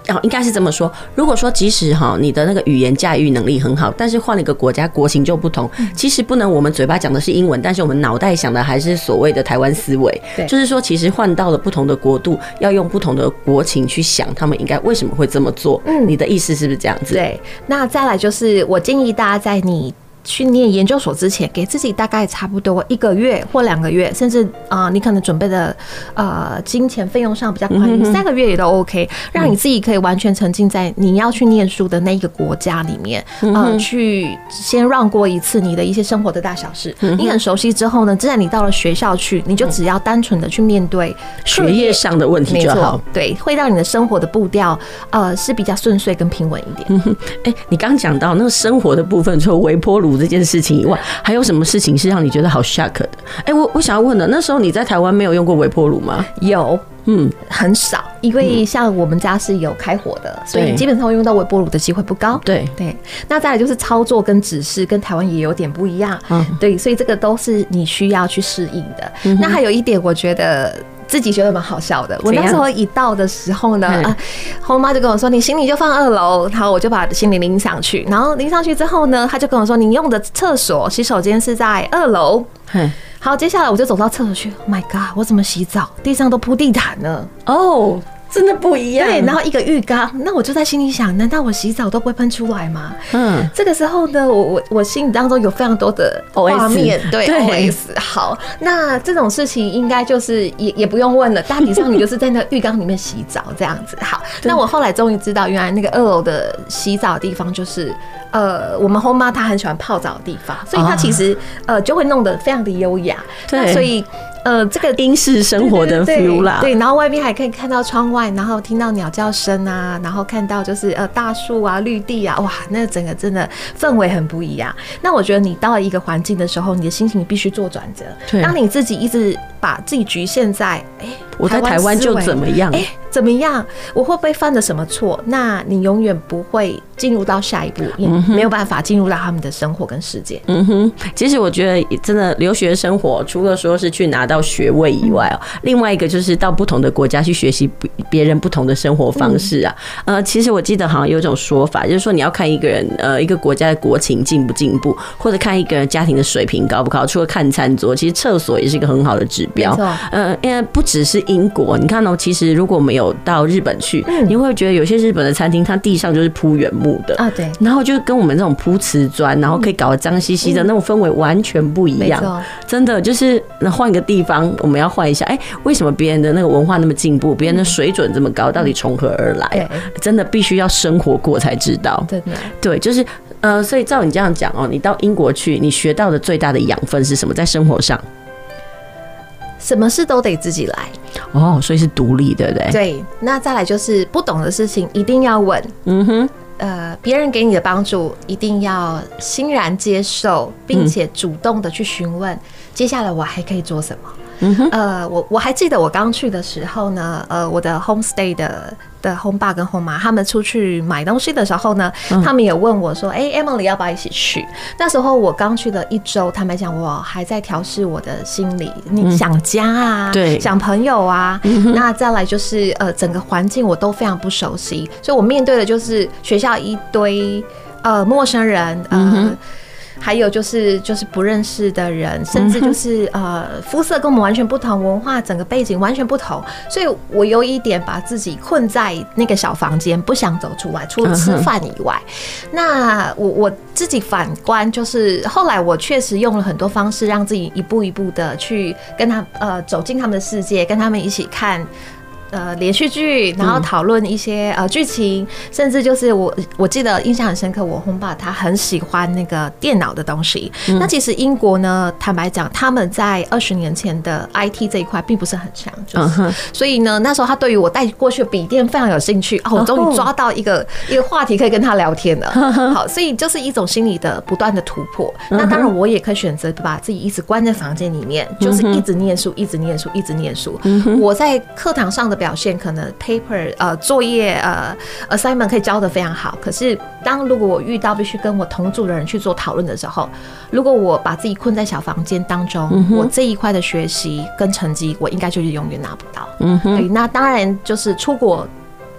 哦，应该是这么说。如果说即使哈你的那个语言驾驭能力很好，但是换了一个国家，国情就不同。其实不能我们嘴巴讲的是英文，但是我们脑袋想的还是所谓的台湾思维。就是说，其实换到了不同的国度，要用不同的国情去想，他们应该为什么会这么做？嗯，你的意思是不是这样子？ 对。那再来就是，我建议大家在你去念研究所之前，给自己大概差不多一个月或两个月，甚至啊、呃，你可能准备的呃金钱费用上比较宽裕，三个月也都 OK， 让你自己可以完全沉浸在你要去念书的那一个国家里面，呃，去先 run 过一次你的一些生活的大小事，你很熟悉之后呢，自然你到了学校去，你就只要单纯的去面对学业上的问题就好， 对，会让你的生活的步调呃是比较顺遂跟平稳一点。 哎、欸，你刚讲到那个生活的部分，除了微波炉这件事情以外，还有什么事情是让你觉得好 shock 的？哎、欸，我我想要问的，那时候你在台湾没有用过微波炉吗？ 有，嗯，很少，因为像我们家是有开火的，所以基本上用到微波炉的机会不高。 对对，那再来就是操作跟指示跟台湾也有点不一样，嗯，对，所以这个都是你需要去适应的。嗯、那还有一点，我觉得。自己觉得蛮好笑的。我那时候一到的时候呢，啊，后妈就跟我说：“你行李就放二楼。”然后我就把行李拎上去。然后拎上去之后呢，他就跟我说：“你用的厕所、洗手间是在二楼。”好，接下来我就走到厕所去。Oh my god！ 我怎么洗澡？地上都铺地毯了。 哦。真的不一样， 对，然后一个浴缸，那我就在心里想，难道我洗澡都不会喷出来吗？嗯，这个时候呢，我我我心里当中有非常多的画面，对 O S。好，那这种事情应该就是也也不用问了，大体上你就是在那浴缸里面洗澡这样子。好，那我后来终于知道，原来那个二楼的洗澡的地方就是呃，我们后妈她很喜欢泡澡的地方，所以她其实呃就会弄得非常的优雅。对，所以。呃，这个英式生活的 feel 啦， 对，然后外面还可以看到窗外，然后听到鸟叫声啊，然后看到就是呃大树啊、绿地啊，哇，那整个真的氛围很不一样。那我觉得你到了一个环境的时候，你的心情必须做转折。对，当你自己一直把自己局限在，哎、欸， 我在台湾就怎么样？ 哎、欸，怎么样？我会不会犯了什么错？那你永远不会进入到下一步，也没有办法进入到他们的生活跟世界。 嗯哼，其实我觉得真的留学生活，除了说是去拿到到学位以外哦，另外一个就是到不同的国家去学习别人不同的生活方式啊。呃，其实我记得好像有一种说法，就是说你要看一个人呃一个国家的国情进不进步，或者看一个人家庭的水平高不高。除了看餐桌，其实厕所也是一个很好的指标。呃，因为不只是英国，你看哦，其实如果没有到日本去，嗯、你会觉得有些日本的餐厅，它地上就是铺原木的啊，对，然后就跟我们这种铺瓷砖，然后可以搞得脏兮兮的那种氛围完全不一样。真的就是换个地方。我们要换一下，哎、欸，为什么别人的那个文化那么进步，别人的水准这么高，到底从何而来？真的必须要生活过才知道。 真的， 对，就是呃，所以照你这样讲哦，你到英国去，你学到的最大的养分是什么？在生活上， 什么事都得自己来哦，所以是独立，对不对？ 对，那再来就是不懂的事情一定要问，嗯哼。呃，别人给你的帮助一定要欣然接受，并且主动的去询问、嗯，接下来我还可以做什么？嗯、呃，我我还记得我刚去的时候呢，呃，我的 homestay 的的 home 爸跟 home 妈他们出去买东西的时候呢，嗯、他们也问我说：“哎、欸、，Emily 要不要一起去？”那时候我刚去了一周，坦白讲，我还在调试我的心理，你想家啊，对、嗯，想朋友啊，嗯、那再来就是呃，整个环境我都非常不熟悉，所以我面对的就是学校一堆呃陌生人，呃。嗯还有就是就是不认识的人，甚至就是呃肤色跟我们完全不同，文化整个背景完全不同，所以我有一点把自己困在那个小房间，不想走出来，除了吃饭以外。那我我自己反观，就是后来我确实用了很多方式，让自己一步一步的去跟他呃走进他们的世界，跟他们一起看。呃，连续剧，然后讨论一些呃剧情，甚至就是我我记得印象很深刻，我轰爸他很喜欢那个电脑的东西。嗯、那其实英国呢，坦白讲，他们在二十年前的 I T 这一块并不是很强，就是、嗯、所以呢，那时候他对于我带过去的笔电非常有兴趣。哦，我终于抓到一个、哦、一个话题可以跟他聊天了。好，所以就是一种心理的不断的突破。嗯、那当然，我也可以选择把自己一直关在房间里面，就是一直念书，一直念书，一直念书。嗯、我在课堂上的表现可能 paper 呃作业呃 assignment 可以教得非常好，可是当如果我遇到必须跟我同组的人去做讨论的时候，如果我把自己困在小房间当中、嗯，我这一块的学习跟成绩，我应该就是永远拿不到。嗯哼，对，那当然就是出国。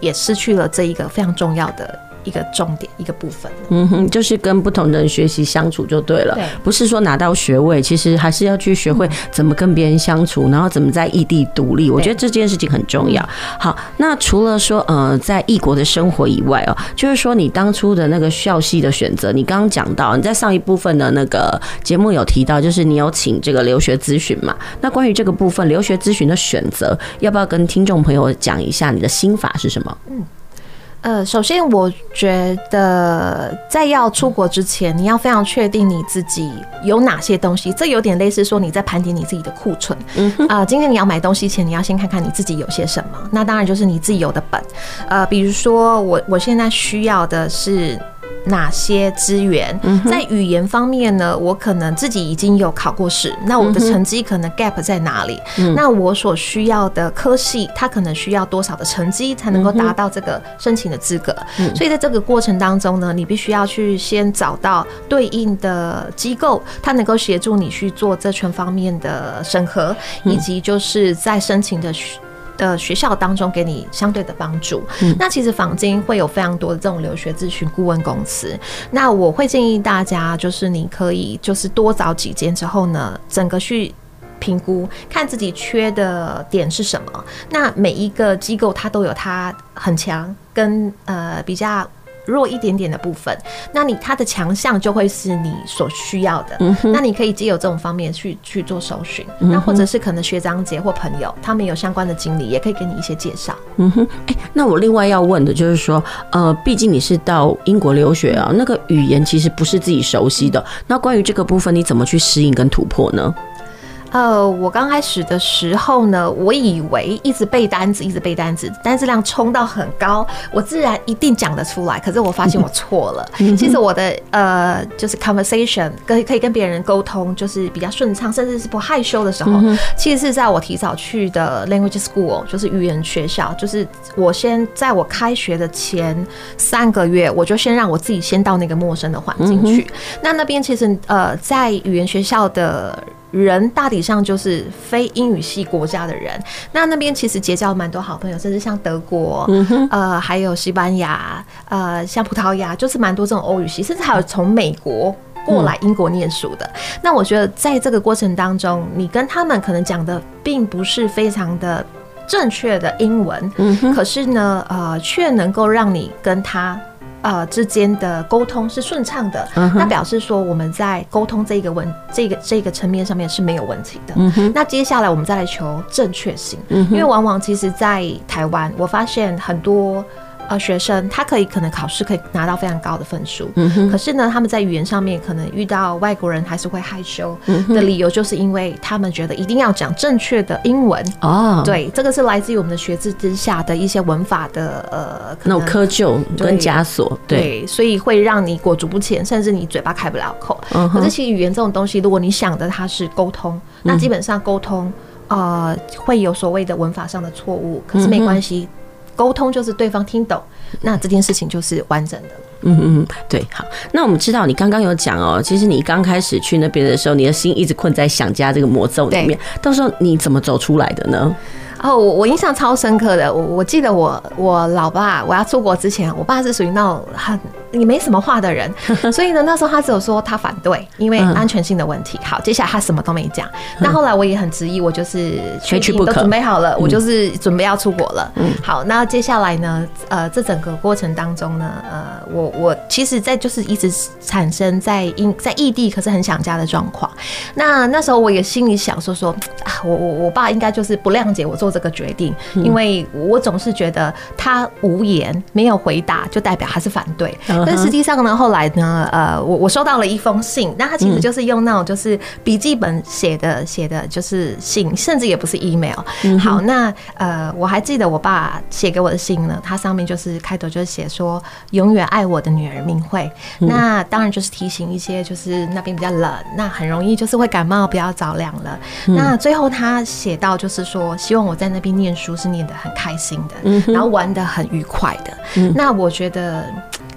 也失去了这一个非常重要的一个重点一个部分。 嗯哼，就是跟不同的人学习相处就对了，对，不是说拿到学位，其实还是要去学会怎么跟别人相处，然后怎么在异地独立。我觉得这件事情很重要。好，那除了说呃在异国的生活以外哦，就是说你当初的那个校系的选择，你刚刚讲到你在上一部分的那个节目有提到，就是你有请这个留学咨询嘛？那关于这个部分留学咨询的选择，要不要跟听众朋友讲一下你的心法是什么？嗯。 呃，首先我觉得在要出国之前，你要非常确定你自己有哪些东西，这有点类似说你在盘点你自己的库存。嗯啊、呃，今天你要买东西前，你要先看看你自己有些什么。那当然就是你自己有的本。呃，比如说我我现在需要的是哪些资源？在语言方面呢，我可能自己已经有考过试，那我的成绩可能 gap 在哪里？那我所需要的科系，它可能需要多少的成绩才能够达到这个申请的资格？所以在这个过程当中呢，你必须要去先找到对应的机构，它能够协助你去做这全方面的审核，以及就是在申请的的学校当中给你相对的帮助。嗯、那其实坊间会有非常多的这种留学咨询顾问公司。那我会建议大家，就是你可以就是多找几间之后呢，整个去评估，看自己缺的点是什么。那每一个机构它都有它很强跟呃比较弱一点点的部分，那你它的强项就会是你所需要的。嗯、那你可以藉由这种方面去去做搜寻，嗯、那或者是可能学长姐或朋友他们有相关的经历，也可以给你一些介绍。 嗯哼，哎，那我另外要问的就是说，呃，毕竟你是到英国留学啊，那个语言其实不是自己熟悉的。那关于这个部分，你怎么去适应跟突破呢？ 呃，我刚开始的时候呢，我以为一直背单词，一直背单词，单词量冲到很高，我自然一定讲得出来。可是我发现我错了。嗯、其实我的呃，就是 conversation 跟可以跟别人沟通，就是比较顺畅，甚至是不害羞的时候，嗯、其实是在我提早去的 language school， 就是语言学校。就是我先在我开学的前三个月，我就先让我自己先到那个陌生的环境去。嗯、那那边其实呃，在语言学校的人大体上就是非英语系国家的人，那那边其实结交蛮多好朋友，甚至像德国，嗯、呃，还有西班牙，呃，像葡萄牙，就是蛮多这种欧语系，甚至还有从美国过来英国念书的。嗯、那我觉得在这个过程当中，你跟他们可能讲的并不是非常的正确的英文，嗯、可是呢，呃，却能够让你跟他呃之间的沟通是顺畅的，嗯、那表示说我们在沟通这个文这个这个层面上面是没有问题的。嗯、那接下来我们再来求正确性，嗯、因为往往其实在台湾，我发现很多呃学生他可以可能考试可以拿到非常高的分数，嗯、可是呢他们在语言上面可能遇到外国人还是会害羞的理由，就是因为他们觉得一定要讲正确的英文。哦，对，这个是来自于我们的学制之下的一些文法的呃那种窠臼跟枷锁。对， 对，所以会让你裹足不前，甚至你嘴巴开不了口。嗯、可是其实语言这种东西，如果你想的它是沟通，那基本上沟通呃会有所谓的文法上的错误，可是没关系。沟通就是对方听懂，那这件事情就是完整的。 嗯嗯，对，好。那我们知道你刚刚有讲哦，其实你刚开始去那边的时候，你的心一直困在想家这个魔咒里面，到时候你怎么走出来的呢？ 哦，我我印象超深刻的，我我记得我我老爸我要出国之前，我爸是属于那种很你没什么话的人，所以呢那时候他只有说他反对，因为安全性的问题。好，接下来他什么都没讲。那后来我也很执意，我就是非去不可， 都准备好了，我就是准备要出国了。嗯，好，那接下来呢，呃，这整个过程当中呢，呃，我我其实在就是一直产生在因在异地可是很想家的状况。那那时候我也心里想说说啊，我我我爸应该就是不谅解我做这个决定，因为我总是觉得他无言没有回答，就代表他是反对。但实际上呢，后来呢，呃，我我收到了一封信，那他其实就是用那种就是笔记本写的写的就是信，甚至也不是 email。好，那呃，我还记得我爸写给我的信呢，他上面就是开头就是写说永远爱我的女儿明慧。那当然就是提醒一些就是那边比较冷，那很容易就是会感冒，不要着凉了。那最后他写到就是说，希望我在那边念书是念得很开心的，然后玩得很愉快的。那我觉得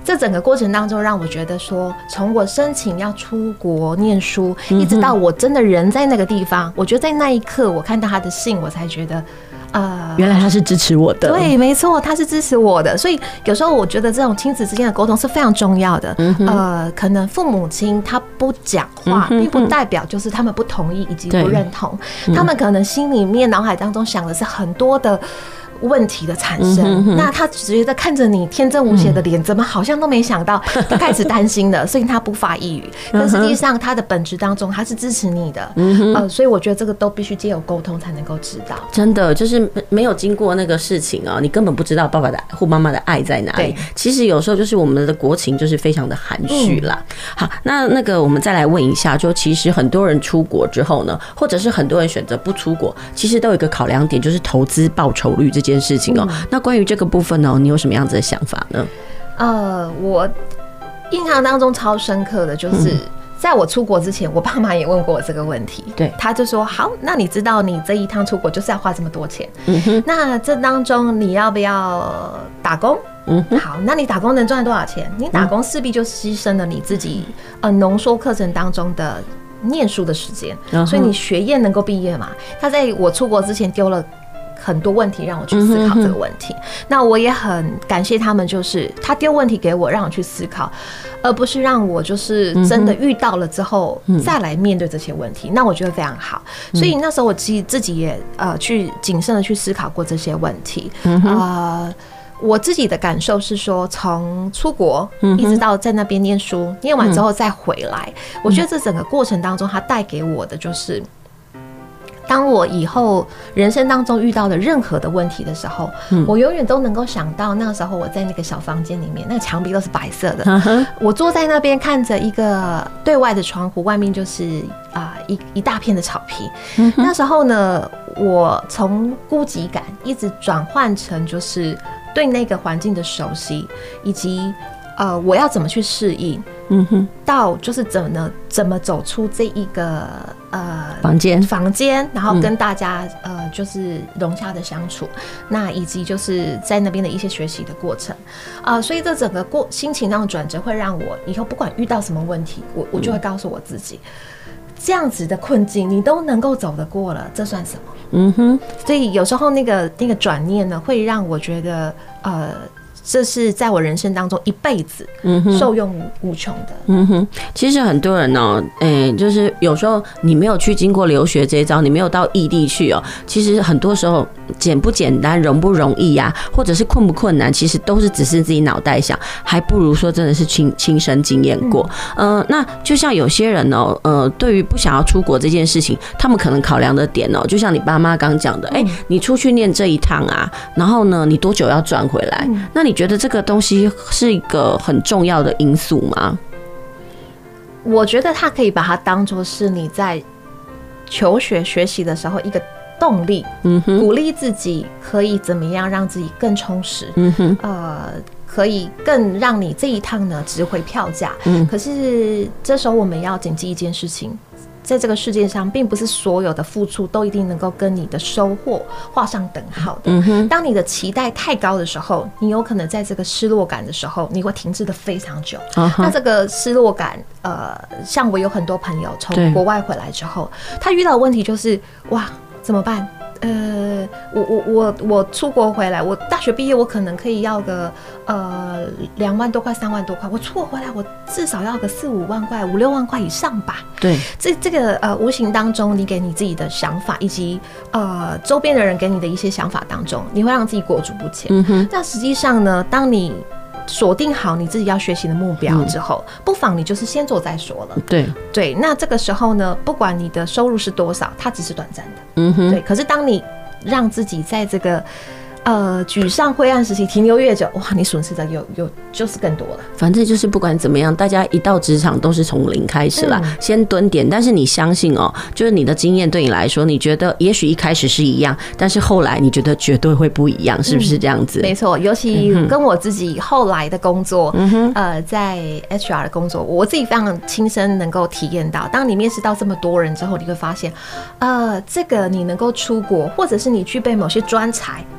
这整个过程当中，让我觉得说，从我申请要出国念书，一直到我真的人在那个地方，我觉得在那一刻，我看到他的信，我才觉得。呃， 原来他是支持我的， 对，没错，他是支持我的，所以有时候我觉得这种亲子之间的沟通是非常重要的。嗯、呃，可能父母亲他不讲话，嗯、并不代表就是他们不同意以及不认同，他们可能心里面脑海当中想的是很多的。问题的产生，嗯、哼哼那他觉得看着你天真无邪的脸，嗯、怎么好像都没想到，他开始担心了，所以他不发一语。但实际上，他的本质当中，他是支持你的，嗯、呃，所以我觉得这个都必须借由沟通才能够知道。 真的，就是没有经过那个事情啊，你根本不知道爸爸的或妈妈的爱在哪里。其实有时候就是我们的国情就是非常的含蓄啦。嗯、好，那那个我们再来问一下，就其实很多人出国之后呢，或者是很多人选择不出国，其实都有一个考量点，就是投资报酬率这件事情哦、喔。嗯、那关于这个部分呢，你有什么样子的想法呢？ 呃，我印象当中超深刻的就是。嗯在我出国之前，我爸妈也问过我这个问题。对，他就说：“好，那你知道你这一趟出国就是要花这么多钱，嗯哼，那这当中你要不要打工？嗯哼，好，那你打工能赚多少钱？你打工势必就牺牲了你自己呃浓缩课程当中的念书的时间，嗯、所以你学业能够毕业嘛？他在我出国之前丢了。”很多问题让我去思考这个问题，嗯、那我也很感谢他们，就是他丢问题给我，让我去思考，而不是让我就是真的遇到了之后再来面对这些问题。嗯、那我觉得非常好，所以那时候我其实自己也呃去谨慎的去思考过这些问题。嗯、呃，我自己的感受是说，从出国一直到在那边念书，念完之后再回来，嗯、我觉得这整个过程当中，它带给我的就是。当我以后人生当中遇到的任何的问题的时候，嗯、我永远都能够想到那个时候我在那个小房间里面，那个墙壁都是白色的，嗯、我坐在那边看着一个对外的窗户，外面就是啊、呃、一一大片的草皮。嗯、那时候呢，我从孤寂感一直转换成就是对那个环境的熟悉，以及呃我要怎么去适应。嗯哼，到就是怎么呢？怎么走出这一个呃房间房间，然后跟大家、嗯、呃就是融洽的相处，那以及就是在那边的一些学习的过程啊、呃，所以这整个过心情上的转折会让我以后不管遇到什么问题，我我就会告诉我自己，嗯、这样子的困境你都能够走得过了，这算什么？嗯哼，所以有时候那个那个转念呢，会让我觉得呃。这是在我人生当中一辈子受用无穷的。 嗯哼，其实很多人呢、喔，哎、欸，就是有时候你没有去经过留学这一招，你没有到异地去哦、喔，其实很多时候简不简单、容不容易呀、啊，或者是困不困难，其实都是只是自己脑袋想，还不如说真的是亲亲身经验过。嗯、呃，那就像有些人呢、喔，呃，对于不想要出国这件事情，他们可能考量的点哦、喔，就像你爸妈刚讲的，哎、欸，你出去念这一趟啊，然后呢，你多久要赚回来？嗯、那你觉得这个东西是一个很重要的因素吗？ 我觉得它可以把它当作是你在求学学习的时候一个动力，嗯哼，鼓励自己可以怎么样让自己更充实，嗯哼，呃，可以更让你这一趟呢值回票价。嗯，可是这时候我们要谨记一件事情。在这个世界上，并不是所有的付出都一定能够跟你的收获画上等号的。嗯哼，当你的期待太高的时候，你有可能在这个失落感的时候，你会停滞的非常久。Uh-huh. 那这个失落感，呃，像我有很多朋友从国外回来之后，他遇到的问题就是，哇，怎么办？呃，我我我我出国回来，我大学毕业，我可能可以要个呃两万多块、三万多块。我出国回来，我至少要个四五万块、五六万块以上吧。对，这这个呃无形当中，你给你自己的想法，以及呃周边的人给你的一些想法当中，你会让自己裹足不前。嗯哼。那实际上呢，当你锁定好你自己要学习的目标之后，嗯、不妨你就是先做再说了。对对，那这个时候呢，不管你的收入是多少，它只是短暂的。嗯哼，对。可是当你让自己在这个呃沮丧灰暗时期停留越久，哇，你损失的有有就是更多了。反正就是不管怎么样，大家一到职场都是从零开始啦，嗯、先蹲点。但是你相信哦、喔，就是你的经验对你来说，你觉得也许一开始是一样，但是后来你觉得绝对会不一样，是不是这样子？嗯、没错，尤其跟我自己后来的工作，嗯、呃，在 H R 的工作，我自己非常亲身能够体验到，当你面试到这么多人之后，你会发现，呃，这个你能够出国，或者是你具备某些专才。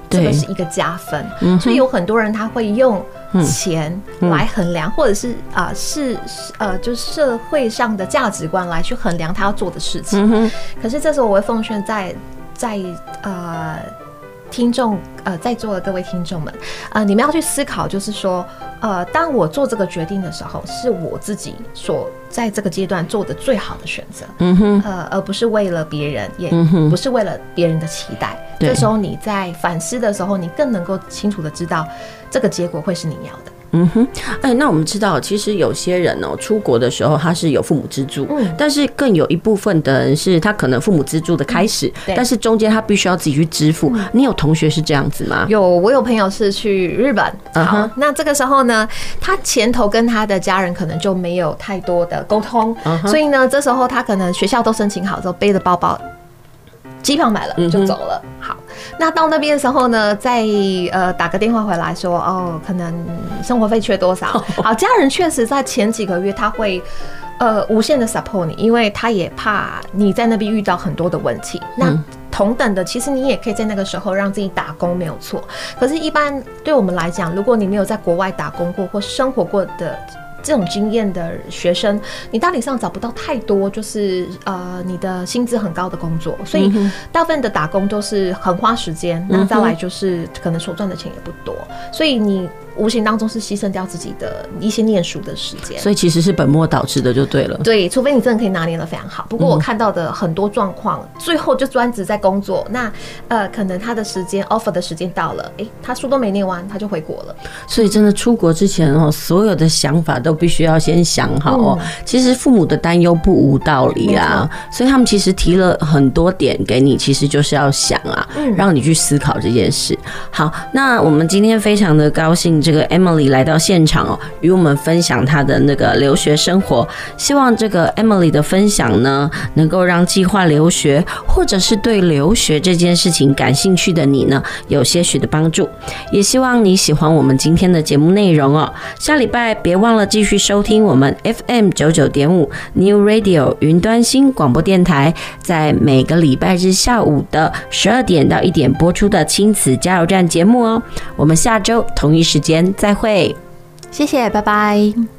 这个是一个加分。嗯、所以有很多人他会用钱来衡量，嗯、或者是啊、呃、是呃就是社会上的价值观来去衡量他要做的事情。嗯、可是这时候我会奉劝在在呃。听众呃，在座的各位听众们，呃，你们要去思考，就是说，呃，当我做这个决定的时候，是我自己所在这个阶段做的最好的选择，嗯哼，呃，而不是为了别人，也不是为了别人的期待。嗯、这时候你在反思的时候，你更能够清楚的知道这个结果会是你要的。 嗯哼，哎，那我们知道，其实有些人哦，出国的时候他是有父母资助，嗯，但是更有一部分的人是他可能父母资助的开始，嗯、但是中间他必须要自己去支付。嗯、你有同学是这样子吗？ 有，我有朋友是去日本，嗯、好，那这个时候呢，他前头跟他的家人可能就没有太多的沟通，嗯、所以呢，这时候他可能学校都申请好之后，背着包包。机票买了就走了。嗯、好，那到那边的时候呢，再呃打个电话回来说，哦，可能生活费缺多少？好，家人确实在前几个月他会呃无限的 support 你，因为他也怕你在那边遇到很多的问题。那同等的，其实你也可以在那个时候让自己打工，没有错。可是，一般对我们来讲，如果你没有在国外打工过或生活过的这种经验的学生，你大体上找不到太多就是呃你的薪资很高的工作，所以大部分的打工都是很花时间，那再来就是可能所赚的钱也不多，所以你无形当中是牺牲掉自己的一些念书的时间， 所以其实是本末倒置的就对了。 对，除非你真的可以拿捏得非常好。不过我看到的很多状况，最后就专职在工作，那呃可能他的时间 offer 的时间到了，哎，他书都没念完，他就回国了。 所以真的出国之前哦，所有的想法都必须要先想好哦。嗯、其实父母的担忧不无道理啊，所以他们其实提了很多点给你，其实就是要想啊，嗯、让你去思考这件事。好，那我们今天非常的高兴。这个 Emily 来到现场哦，与我们分享她的那个留学生活。希望这个 Emily 的分享呢，能够让计划留学或者是对留学这件事情感兴趣的你呢，有些许的帮助。也希望你喜欢我们今天的节目内容哦。下礼拜别忘了继续收听我们 F M 九九点五 New Radio 云端新广播电台，在每个礼拜日下午的十二点到一点播出的亲子加油站节目哦。我们下周同一时间再会， 谢谢，拜拜。